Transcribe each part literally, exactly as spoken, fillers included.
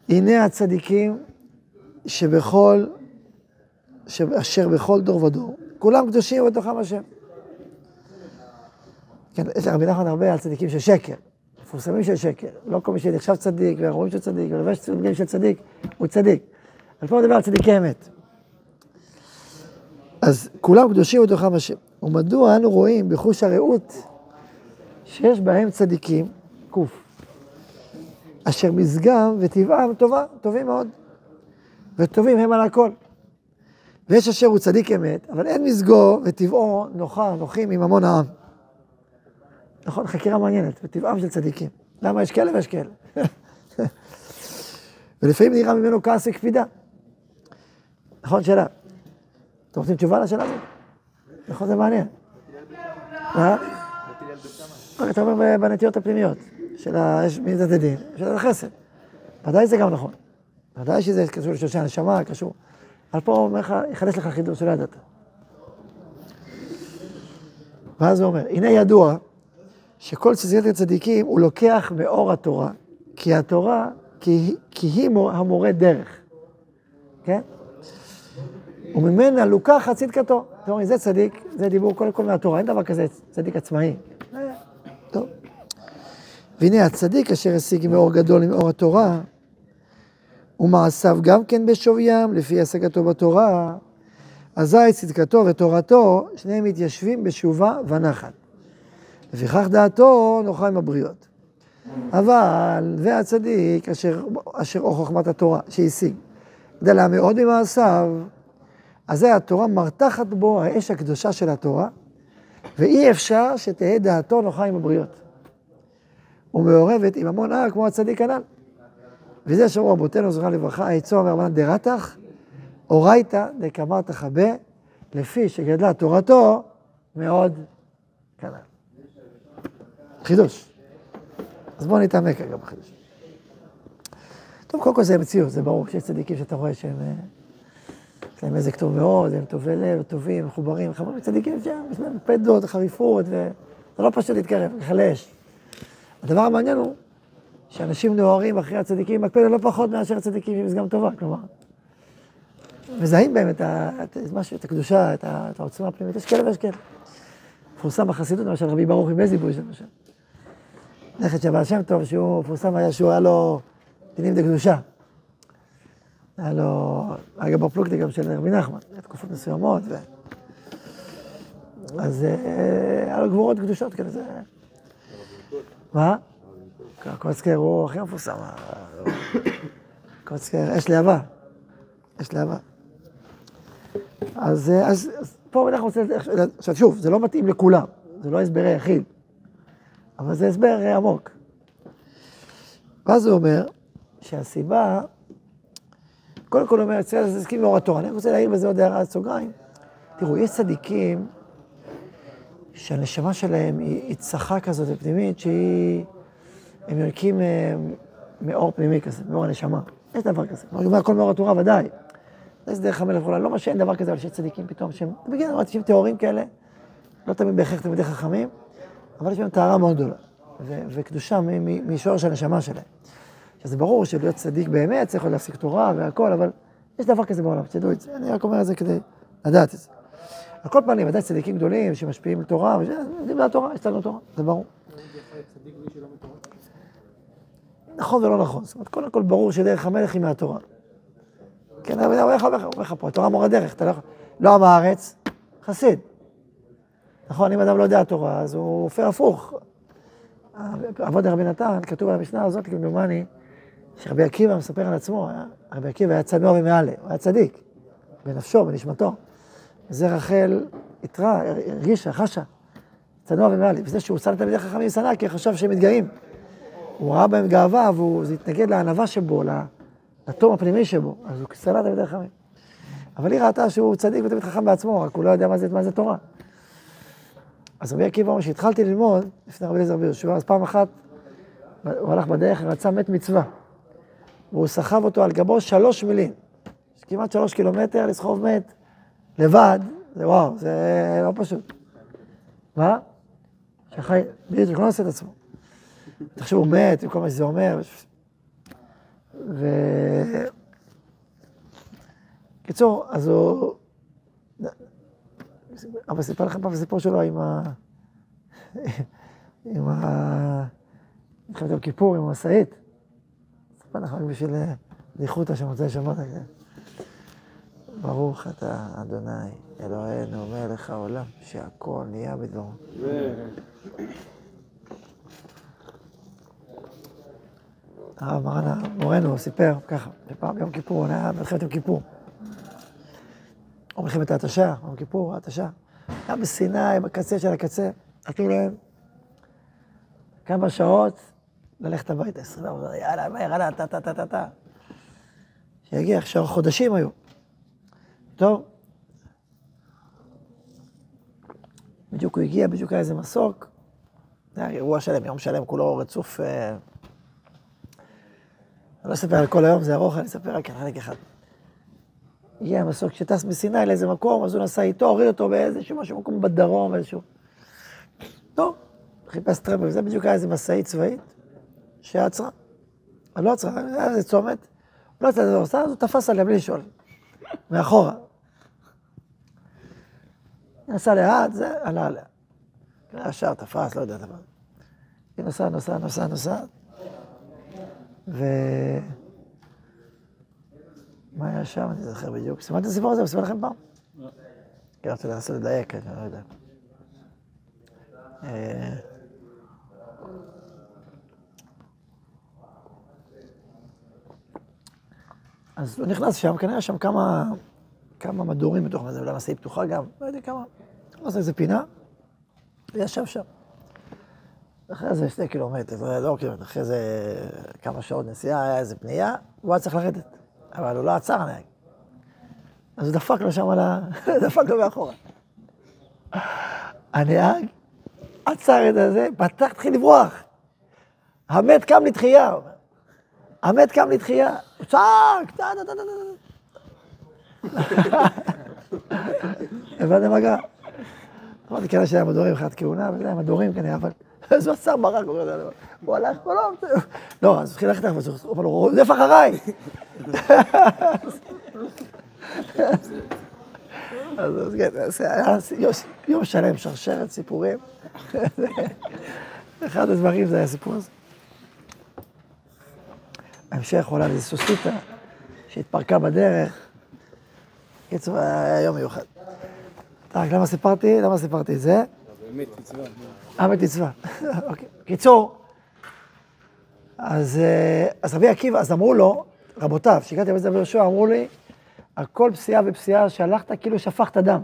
הנה הצדיקים שבכל, אשר בכל דור ודור, כולם קדושים בתוכם השם. כן, יש רבי נחמן הרבה על צדיקים של שקר, מפורסמים של שקר. לא כל מי שנחשב צדיק, ורואים של צדיק, ולבש צדיקים של צדיק, הוא צדיק. אבל פה מדבר על צדיקי אמת. אז כולם קדושים בתוכם השם. ומדוע אנו רואים בחוש הרעות שיש בהם צדיקים, קוף, אשר מזגם וטבעם טובה, טובים מאוד, וטובים הם על הכל. ויש אשר הוא צדיק אמת, אבל אין מזגו וטבעו נוחה, נוחים עם המון העם. נכון, חקירה מעניינת, וטבעם של צדיקים. למה יש כאלה ויש כאלה? ולפעמים נראה ממנו כעס וקפידה. נכון, שאלה. אתם רוצים תשובה לשאלה הזאת? נכון, זה מעניין. מה? אתה אומר בנטיות הפנימיות, של מידת הדין, של החסד. ודאי זה גם נכון. ודאי שזה קשור לשושי הנשמה, קשור. אבל פה הוא אומר לך, יחלש לך חידוש שלא ידעת. ואז הוא אומר, הנה ידוע שכל צדיקת הצדיקים הוא לוקח מאור התורה, כי התורה, כי, כי היא המורה דרך. כן? וממנה לוקחת צדקתו. אתם אומרים, זה צדיק, זה דיבור קודם כל מהתורה, אין דבר כזה צדיק עצמאי. טוב. והנה הצדיק אשר השיג מאור גדול עם אור התורה, ומעשיו גם כן בשוויים, לפי השגתו בתורה, אזי צדקתו ותורתו, שניהם מתיישבים בשובה ונחת. לפיכך דעתו נוחה עם הבריות. אבל, והצדיק אשר, אשר אור חוכמת התורה, שהשיג, גדלה מאוד ממעשיו, אז התורה מרתחת בו האש הקדושה של התורה, ואי אפשר שתהיה דעתו נוחה עם הבריות. ומעורבת עם המון הר כמו הצדיק הנ"ל. וזה שאומרו רבותינו זכרם לברכה, העצו מרבנן דרתח, אורייתא דקאמר תחבא, לפי שגדלה תורתו מאוד כנ"ל. חידוש. אז בואו נתעמק רגע בחידוש. טוב, קודם כל זה מציאות, זה ברור שיש צדיקים שאתה רואה שהם, יש להם מזג טוב מאוד, הם טובי לב, טובים, מחוברים, חברים צדיקים שהם, יש להם פדות, חריפות, וזה לא פשוט להתקרב, לחלש. הדבר המעניין הוא שאנשים נוערים אחרי הצדיקים, מקפד לא פחות מאשר הצדיקים שהם גם טובה, כלומר. מזהים בהם את, ה, את, משהו, את הקדושה, את, ה, את העוצמה הפנימית, יש כאלה ויש כאלה. פורסם בחסידות, למשל, רבי ברוך ממזיבוז' למשל. נכד שבעל שם טוב, שהוא פורסם היה שהוא היה לו דינים דקדושה. היה לו, היה גם בפלוגתא גם של רבי נחמן, היה תקופות מסוימות, ו... אז היה לו גבורות קדושות כאלה, זה... מה? קוצקר הוא הכי מפורסם. קוצקר, אש להבה. אש להבה. אז, אז, אז פה אנחנו רוצים... עכשיו שוב, זה לא מתאים לכולם, זה לא הסבר היחיד, אבל זה הסבר עמוק. ואז הוא אומר שהסיבה, קודם כל הוא אומר, זה עסקים מאור התורה. אני רוצה להעיר בזה עוד הערה סוגריים. תראו, יש צדיקים שהנשמה שלהם היא צחה כזאת ופנימית, שהיא... הם יונקים מאור פנימי כזה, מאור הנשמה. יש דבר כזה. אני אומר, כל מאור התורה ודאי. זה דרך המלך עולם. לא מה שאין דבר כזה, אבל שיש צדיקים פתאום שהם... בגלל, ראיתי שהם תיאורים כאלה, לא תמיד בהכרח תמידי חכמים, אבל יש להם טהרה מאוד גדולה, ו- וקדושה משורש הנשמה שלהם. שזה ברור שלהיות צדיק באמת צריך להפסיק תורה והכל, אבל יש דבר כזה בעולם, תדעו את זה. אני רק אומר את זה כדי לדעת את זה. על כל פנים, ודאי צדיקים גדולים שמשפיעים על תורה, יודעים על התורה, יש לנו תורה, זה ברור. נכון ולא נכון, זאת אומרת, קודם כל ברור שדרך המלך היא מהתורה. כן, אני אומר לך פה, התורה מורה דרך, אתה לא יכול, לא עם הארץ, חסיד. נכון, אם אדם לא יודע התורה, אז הוא הופך הפוך. עבוד רבי נתן, כתוב על המשנה הזאת, כמדומני, שרבי עקיבא מספר על עצמו, רבי עקיבא היה צנוע ומעלה, הוא היה צדיק, בנפשו, בנשמתו. וזה רחל התראה, הרגישה, חשה, צנוע ומעלה. וזה שהוא שם תלמידי חכמים שנא, כי חשב שהם מתגאים. הוא ראה בהם גאווה, וזה התנגד לענווה שבו, לתום הפנימי שבו, אז הוא שנא תלמידי חכמים. אבל היא ראתה שהוא צדיק ותלמיד חכם בעצמו, רק הוא לא יודע מה זה, מה זה תורה. אז רבי עקיבא אומר שהתחלתי ללמוד, לפני רבי אליעזר ביהושע, אז פעם אחת הוא הלך בדרך, רצה מת מצווה, והוא סחב אותו על גבו שלוש מילים, כמעט שלוש קילומטר לסחוב מת, לבד, זה וואו, זה לא פשוט. מה? שחי, בדיוק, לא נעשה את עצמו. תחשבו, הוא מת, וכל מה שזה אומר. ו... קיצור, אז הוא... אבל סיפר לכם פעם סיפור שלו עם ה... עם ה... מלחמת יום כיפור, עם המשאית. סיפר לכם בשביל ניחותא שמוצאי שבת. ברוך אתה, אדוני, אלוהינו, מלך העולם, שהכל נהיה בדברו. הרב מרן, מורנו, סיפר ככה, שפעם ביום כיפור, הוא היה מלחמת יום כיפור. או מלחמת ההתשה, יום כיפור, ההתשה. היה בסיני, בקצה של הקצה, נתנו להם כמה שעות ללכת הביתה, עשרים וארבע, יאללה, מהר, יאללה, טה, טה, טה, טה, טה. שיגיע, עכשיו חודשים היו. טוב. בדיוק הוא הגיע, בדיוק היה איזה מסוק. זה היה אירוע שלם, יום שלם, כולו רצוף. אה... אני לא אספר על כל היום, זה ארוך, אני אספר רק על חלק אחד. הגיע המסוק שטס מסיני לאיזה מקום, אז הוא נסע איתו, הוריד אותו באיזשהו משהו, מקום בדרום, איזשהו. טוב, חיפש טרמפ, וזה בדיוק היה איזה מסעית צבאית, שעצרה. אבל לא עצרה, היה איזה צומת, הוא לא עצרה, זה עושה, אז הוא תפס עליה בלי לשאול. מאחורה. נסע לאט, זה עלה עליה. השאר תפס, לא יודע, תפס. היא נוסעה, נוסעה, נוסעה, נוסעה. ו... מה היה שם? אני זוכר בדיוק. סימנתי את הסיפור הזה, וסימן לכם פעם? לא. כן, רוצה לנסות לדייק, אני לא יודע. אז הוא נכנס שם, כנראה שם כמה... כמה מדורים בתוך זה, אולי מסעי פתוחה גם, לא יודע כמה. הוא עושה איזה פינה, וישב שם. אחרי זה שתי קילומטר, לא קילומטר, אחרי זה כמה שעות נסיעה, היה איזה פנייה, הוא היה צריך לרדת. אבל הוא לא עצר הנהג. אז הוא דפק לו שם על ה... דפק לו מאחורה. הנהג עצר את זה, פתח, התחיל לברוח. המת קם לתחייה. המת קם לתחייה. הוא צעק, טה, טה, טה, טה. הבנתם מה קרה? אמרתי כנראה שהיה מדורים, חד כהונה, וזה היה מדורים כנראה, אבל... אז הוא עצר ברק, הוא הלך, הוא לא... לא, אז הוא התחיל ללכת, אבל הוא רודף אחריי. אז כן, היה יום שלם, שרשרת סיפורים. אחד הדברים זה היה סיפור הזה. ההמשך עולה לאיזו סוסיתא שהתפרקה בדרך. קיצור, היה יום מיוחד. רק, למה סיפרתי? למה סיפרתי את זה? באמת מצווה. אמת מצווה. אוקיי. קיצור, אז רבי עקיבא, אז אמרו לו, רבותיו, שהגעתי בזה ביהושע, אמרו לי, על כל פסיעה ופסיעה שהלכת, כאילו שפכת דם.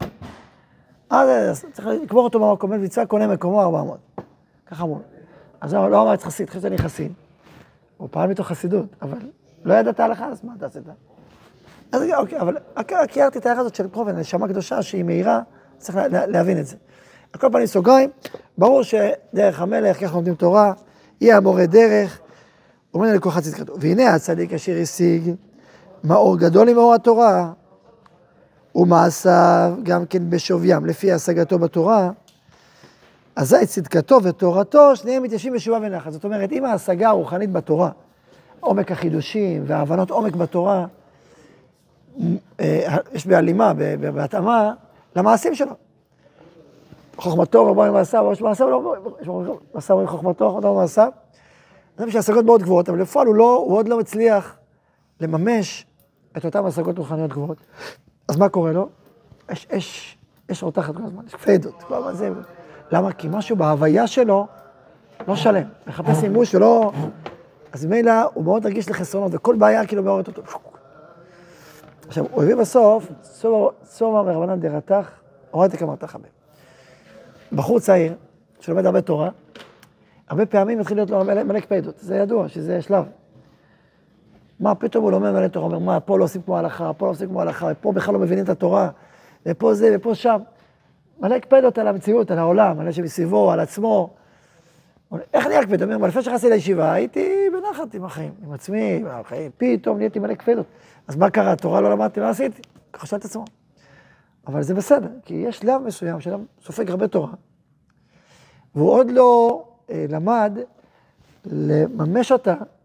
אז צריך לקבור אותו במקום, מצווה קונה מקומו ארבע מאות. ככה אמרו. אז הוא לא אמר את חסיד, חשבתי אני חסיד. הוא פעל מתוך חסידות, אבל לא ידעת הלכה, אז מה אתה עשית? אז אוקיי, אבל הכירתי את הערך הזאת של פרובן, נשמה קדושה שהיא מהירה, צריך להבין את זה. על כל פנים סוגריים, ברור שדרך המלך, ככה לומדים תורה, יהיה המורה דרך, אומר לכוחת צדקתו. והנה הצדיק אשר השיג מאור גדול עם מאור התורה, ומעשיו גם כן בשוויים, לפי השגתו בתורה, אזי צדקתו ותורתו, שניהם מתיישבים בשובה ונחת. זאת אומרת, אם ההשגה הרוחנית בתורה, עומק החידושים וההבנות עומק בתורה, יש בהלימה, בהתאמה, למעשים שלו. חוכמתו ובוא עם מעשיו, יש מעשיו, יש מעשיו עם חוכמתו, חוכמתו ומעשיו. זה בשביל השגות מאוד גבוהות, אבל לפועל הוא, לא, הוא עוד לא מצליח לממש את אותן השגות רוחניות גבוהות. אז מה קורה לו? יש, יש, יש רותחת כל הזמן, יש פיידות, כל הזמן זה. למה? כי משהו בהוויה שלו לא שלם, מחפש מימוש ולא... אז ממילא הוא מאוד רגיש לחסרונות, וכל בעיה כאילו מעוררת אותו. עכשיו, הוא הביא בסוף, סומה מרבנן דרתך, הורדתי כמרתך הבא. בחור צעיר, שלומד הרבה תורה, הרבה פעמים מתחיל להיות לו מלא קפדות, זה ידוע שזה שלב. מה, פתאום הוא לומד מלא תורה, אומר, מה, פה לא עושים כמו הלכה, פה לא עושים כמו הלכה, פה בכלל לא מבינים את התורה, ופה זה, ופה שם. מלא קפדות על המציאות, על העולם, מלא שמסביבו, על עצמו. איך נהיה קפד? אומר, לפני שחסי לישיבה, הייתי בנחת עם החיים, עם עצמי, עם החיים, פתאום נהייתי מלא קפדות. אז מה קרה? התורה לא למדתי, מה עשיתי? ככה שאל את עצמו. אבל זה בסדר, כי יש שלב מסוים שאדם סופג הרבה תורה, והוא עוד לא אה, למד לממש אותה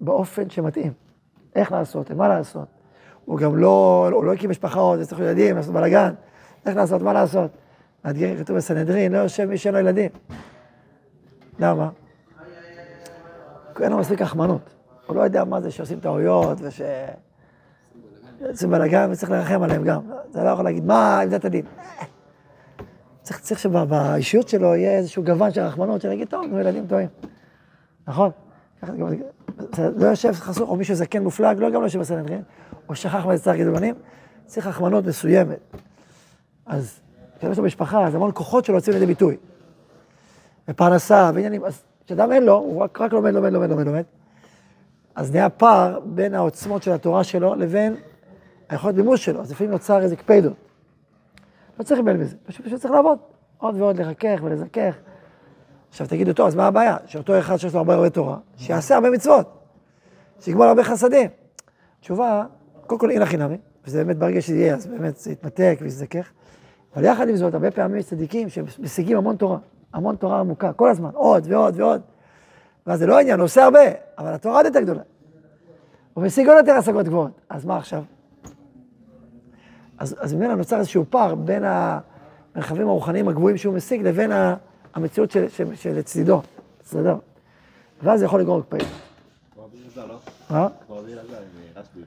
באופן שמתאים. איך לעשות, מה לעשות. הוא גם לא, הוא לא הקים משפחה עוד, צריך ילדים, לעשות בלגן. איך לעשות, מה לעשות. מאתגרים כתוב בסנהדרין, לא יושב מי שאין לו ילדים. למה? אין לו מספיק רחמנות. הוא לא יודע מה זה שעושים טעויות וש... עושים בלגן וצריך לרחם עליהם גם. זה לא יכול להגיד, מה עמדת הדין? צריך, צריך שבאישיות שלו יהיה איזשהו גוון של רחמנות, שלהגיד, טוב, נו ילדים טועים. נכון? לא יושב חסוך, או מישהו זקן מופלג, לא גם לא יושב בסנהדרין, או שכח מה זה צריך גדולים, צריך רחמנות מסוימת. אז כשאדם יש לו משפחה, אז המון כוחות שלו יוצאים לידי ביטוי. ופרנסה ועניינים, אז כשאדם אין לו, הוא רק, רק לומד, לומד, לומד, לומד, לומד. אז נהיה פער בין העוצמות של התורה שלו לבין היכולת מימוש שלו. אז לפעמים נוצר איזה קפדות. לא צריך לבן בזה, פשוט, פשוט צריך לעבוד. עוד ועוד לחכך ולזכך. עכשיו תגידו, טוב, אז מה הבעיה? שאותו אחד שיש לו הרבה הרבה תורה, שיעשה הרבה מצוות, שיגמול הרבה חסדים. תשובה, קודם כל אין הכי נמי, וזה באמת ברגע שזה יהיה, אז באמת זה יתמתק ויזכך. אבל יחד עם זאת, הרבה פעמים יש צדיקים שמשיגים המון תורה, המון תורה עמוקה, כל הזמן, עוד ועוד ועוד. ואז זה לא העניין, הוא עושה הרבה, אבל התורה עוד יותר גדולה. הוא משיג עוד יותר השגות גבוהות. אז מה עכשיו? אז, אז ממנו נוצר איזשהו פער בין המרחבים הרוחניים הגבוהים שהוא משיג, לבין המציאות של, של, של צדידו, צדידו. ואז זה יכול לגרום לקפאים. כבר רבי אלעזר, לא? מה? כבר רבי אלעזר, עם רשב"י.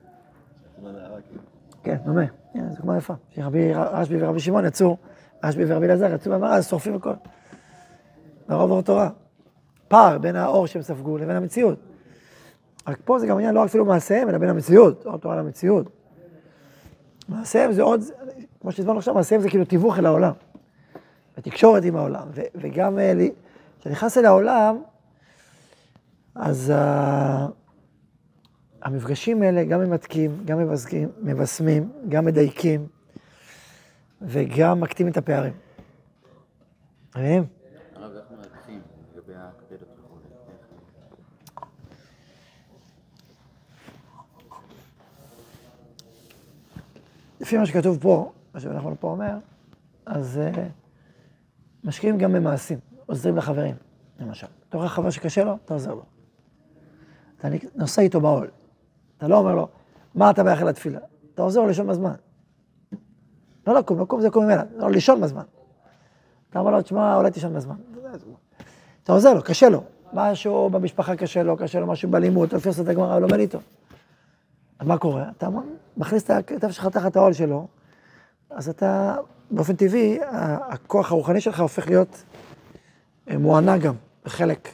כן, דומה. זו כמו יפה. רשב"י ורבי שמעון יצאו, רשב"י ורבי אלעזר יצאו במראה, אז שורפים הכל. מרוב אור תורה. פער בין האור שהם ספגו לבין המציאות. רק פה זה גם עניין לא אפילו מעשיהם, אלא בין המציאות, אור תורה למציאות. מעשיהם זה עוד, כמו שהזמנו עכשיו, מעשיהם זה כאילו תיווך אל העולם. ותקשורת עם העולם. ו- וגם כשאני נכנס אל העולם, אז uh, המפגשים האלה גם ממתקים, גם מבסקים, מבסמים, גם מדייקים, וגם מקטים את הפערים. מבינים? הרב, איך מרתחים לגבי הקפדות וכו'? לפי מה שכתוב פה, מה שאנחנו פה אומר, אז uh, משקיעים גם במעשים, עוזרים לחברים, למשל. אתה רואה חבר שקשה לו, אתה עוזר לו. אתה נוסע איתו בעול. אתה לא אומר לו, מה אתה מאחל לתפילה? אתה עוזר לו לישון בזמן. לא לקום, לקום זה קום ממנה, לא לישון בזמן. אתה אומר לו, תשמע, אולי תישון בזמן. אתה עוזר לו, קשה לו. משהו במשפחה קשה לו, קשה לו משהו בלימוד, אתה תופס את הגמרא, לומד איתו. אז מה קורה? אתה מכניס את הכתב שלך תחת העול שלו, אז אתה, באופן טבעי, הכוח הרוחני שלך הופך להיות מוענה גם, בחלק.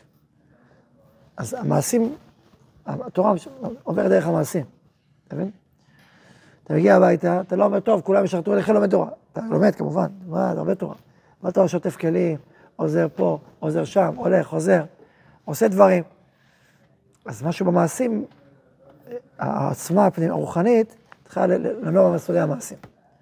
אז המעשים, התורה עוברת דרך המעשים, אתה מבין? אתה מגיע הביתה, אתה לא אומר, טוב, כולם ישרתו עליך לומד תורה. אתה לומד כמובן, מה, זה הרבה תורה. אבל אתה שוטף כלים, עוזר פה, עוזר שם, הולך, עוזר, עושה דברים. אז משהו במעשים, העצמה הפנים, הרוחנית, צריכה לנוע במסלולי המעשים.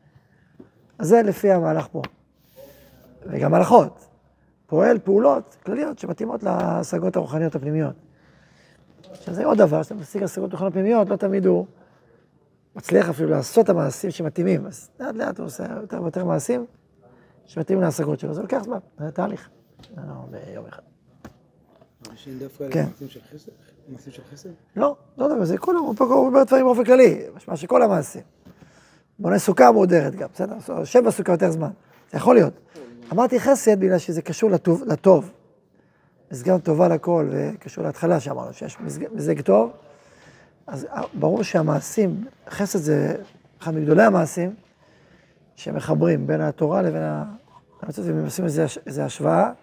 אז זה לפי המהלך פה. וגם הלכות. פועל פעולות כלליות שמתאימות להשגות הרוחניות הפנימיות. עכשיו זה עוד דבר, שאתה משיג השגות רוחניות פנימיות, לא תמיד הוא מצליח אפילו לעשות את המעשים שמתאימים. אז לאט לאט הוא עושה יותר ויותר מעשים שמתאימים להשגות שלו. זה לוקח זמן, זה תהליך. לא, ביום אחד. מעשים דווקא כן. מעשים של חסד? מעשים של חסד? לא, לא דבר, זה כולם, הוא פה אומר דברים באופן כללי, משמע שכל המעשים. בונה סוכה מודרת גם, בסדר? יושב בסוכה יותר זמן, זה יכול להיות. אמרתי חסד בגלל שזה קשור לטוב, לטוב. מזגם טובה לכל, וקשור להתחלה שאמרנו, שיש מזג טוב. אז ברור שהמעשים, חסד זה אחד מגדולי המעשים, שמחברים בין התורה לבין ה... ומבסמים איזו השוואה,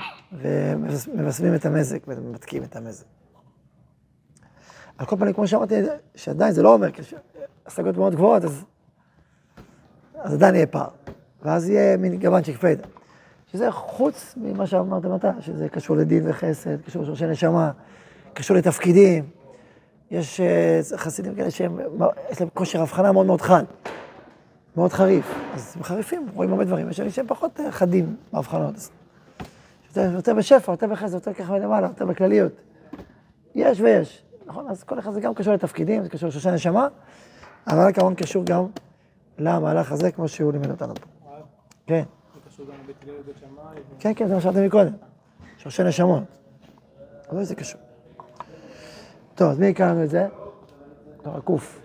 ומבסמים את המזג, ומתקים את המזג. על כל פנים, כמו שאמרתי, שעדיין זה לא אומר, השגות מאוד גבוהות, אז, אז עדיין יהיה פער. ואז יהיה מין גוון של קפדה. שזה חוץ ממה שאמרתם אתה, שזה קשור לדין וחסד, קשור לשורשי נשמה, קשור לתפקידים. יש חסידים כאלה שהם, יש להם כושר הבחנה מאוד מאוד חד, מאוד חריף. אז הם חריפים, רואים הרבה דברים. יש שהם פחות חדים בהבחנות. יותר, יותר בשפע, יותר בחסד, יותר ככה מלמעלה, יותר בכלליות. יש ויש. נכון? אז כל אחד זה גם קשור לתפקידים, זה קשור לשורשי נשמה, אבל כמובן קשור גם למהלך הזה, כמו שהוא לימד אותנו פה. כן. זה קשור גם לבית הלל ובית שמאי. כן, כן, זה מה שאמרתי מקודם. שורשי נשמות. אבל זה קשור. טוב, אז מי יקרא לנו את זה? טוב, הקוף.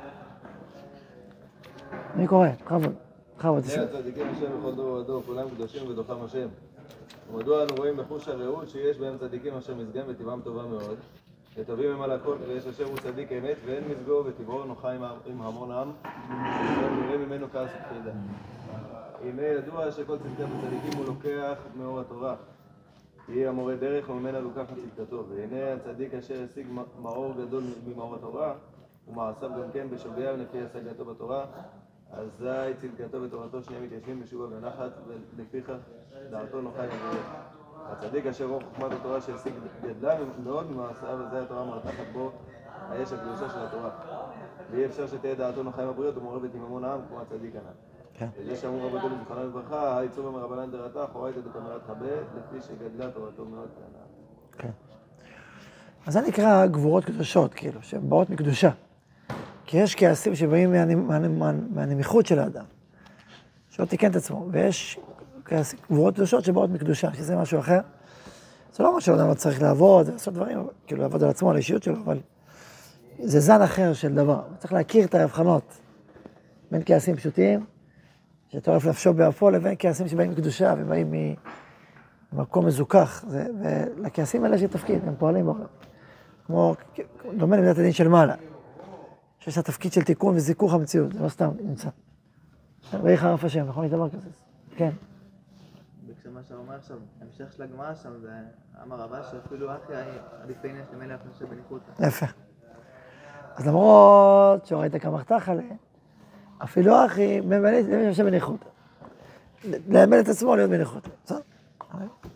מי קורא? בכבוד. בכבוד, תשמע. הנה הצדיקים השם בכל דור ודור, כולם קדושים ודוחם השם. ומדוע אנו רואים בחוש הרעות שיש בהם צדיקים אשר מזגם וטבעם טובה מאוד, וטובים הם על הכל, ויש אשר הוא צדיק אמת, ואין מזגו וטבעו נוחה עם, עם המון עם, ונראה ממנו כעס ופחידה. הנה ידוע שכל צדקת הצדיקים הוא לוקח מאור התורה, היא המורה דרך וממנה לוקחת צדקתו, והנה הצדיק אשר השיג מאור גדול ממאור התורה, ומעשיו גם כן בשוגע לפי השגתו בתורה, אזי צדקתו ותורתו שניהם מתיישבים בשובה ונחת, ולפיכך דעתו נוחה עם המורה. הצדיק אשר רוב חוכמת התורה שהשיג גדלה מאוד ממעשיו, וזי התורה מרתחת בו האש הקדושה של התורה. ואי אפשר שתהיה דעתו נוחה עם הבריות ומעורבת עם המון העם כמו הצדיק הנ"ל. וזה שאמרו רבותינו זיכרונם לברכה, היצאו במרבנן דרתך, הורייתא דקמרת חבה, לפי שגדלה תורתו מאוד כנ"ל. כן. אז זה נקרא גבורות קדושות, כאילו, שהן באות מקדושה. כי יש כעסים שבאים מהנמיכות של האדם, שלא תיקן את עצמו, ויש גבורות קדושות שבאות מקדושה, שזה משהו אחר. זה לא אומר שאדם לא צריך לעבוד, זה לעשות דברים, כאילו לעבוד על עצמו, על האישיות שלו, אבל זה זן אחר של דבר. צריך להכיר את ההבחנות בין כעסים פשוטים, שטורף נפשו באפו, לבין כעסים שבאים מקדושה ובאים ממקום מזוכח. ולכעסים האלה יש תפקיד, הם פועלים בעולם. כמו, דומה למידת הדין של מעלה, שיש לה תפקיד של תיקון וזיכוך המציאות, זה לא סתם נמצא. ויהי חרף השם, נכון? יש דבר כזה? כן. וכשמה שאומר עכשיו, המשך של הגמרא שם, זה אמר רבא שאפילו אחי עדיף בעניין של מלך נשאר בניחותא. יפה. אז למרות שראית כמחתך עליהם, אפילו אחי, ממלא נשאר בניחותא. לאמן את עצמו להיות בניחותא. בסדר?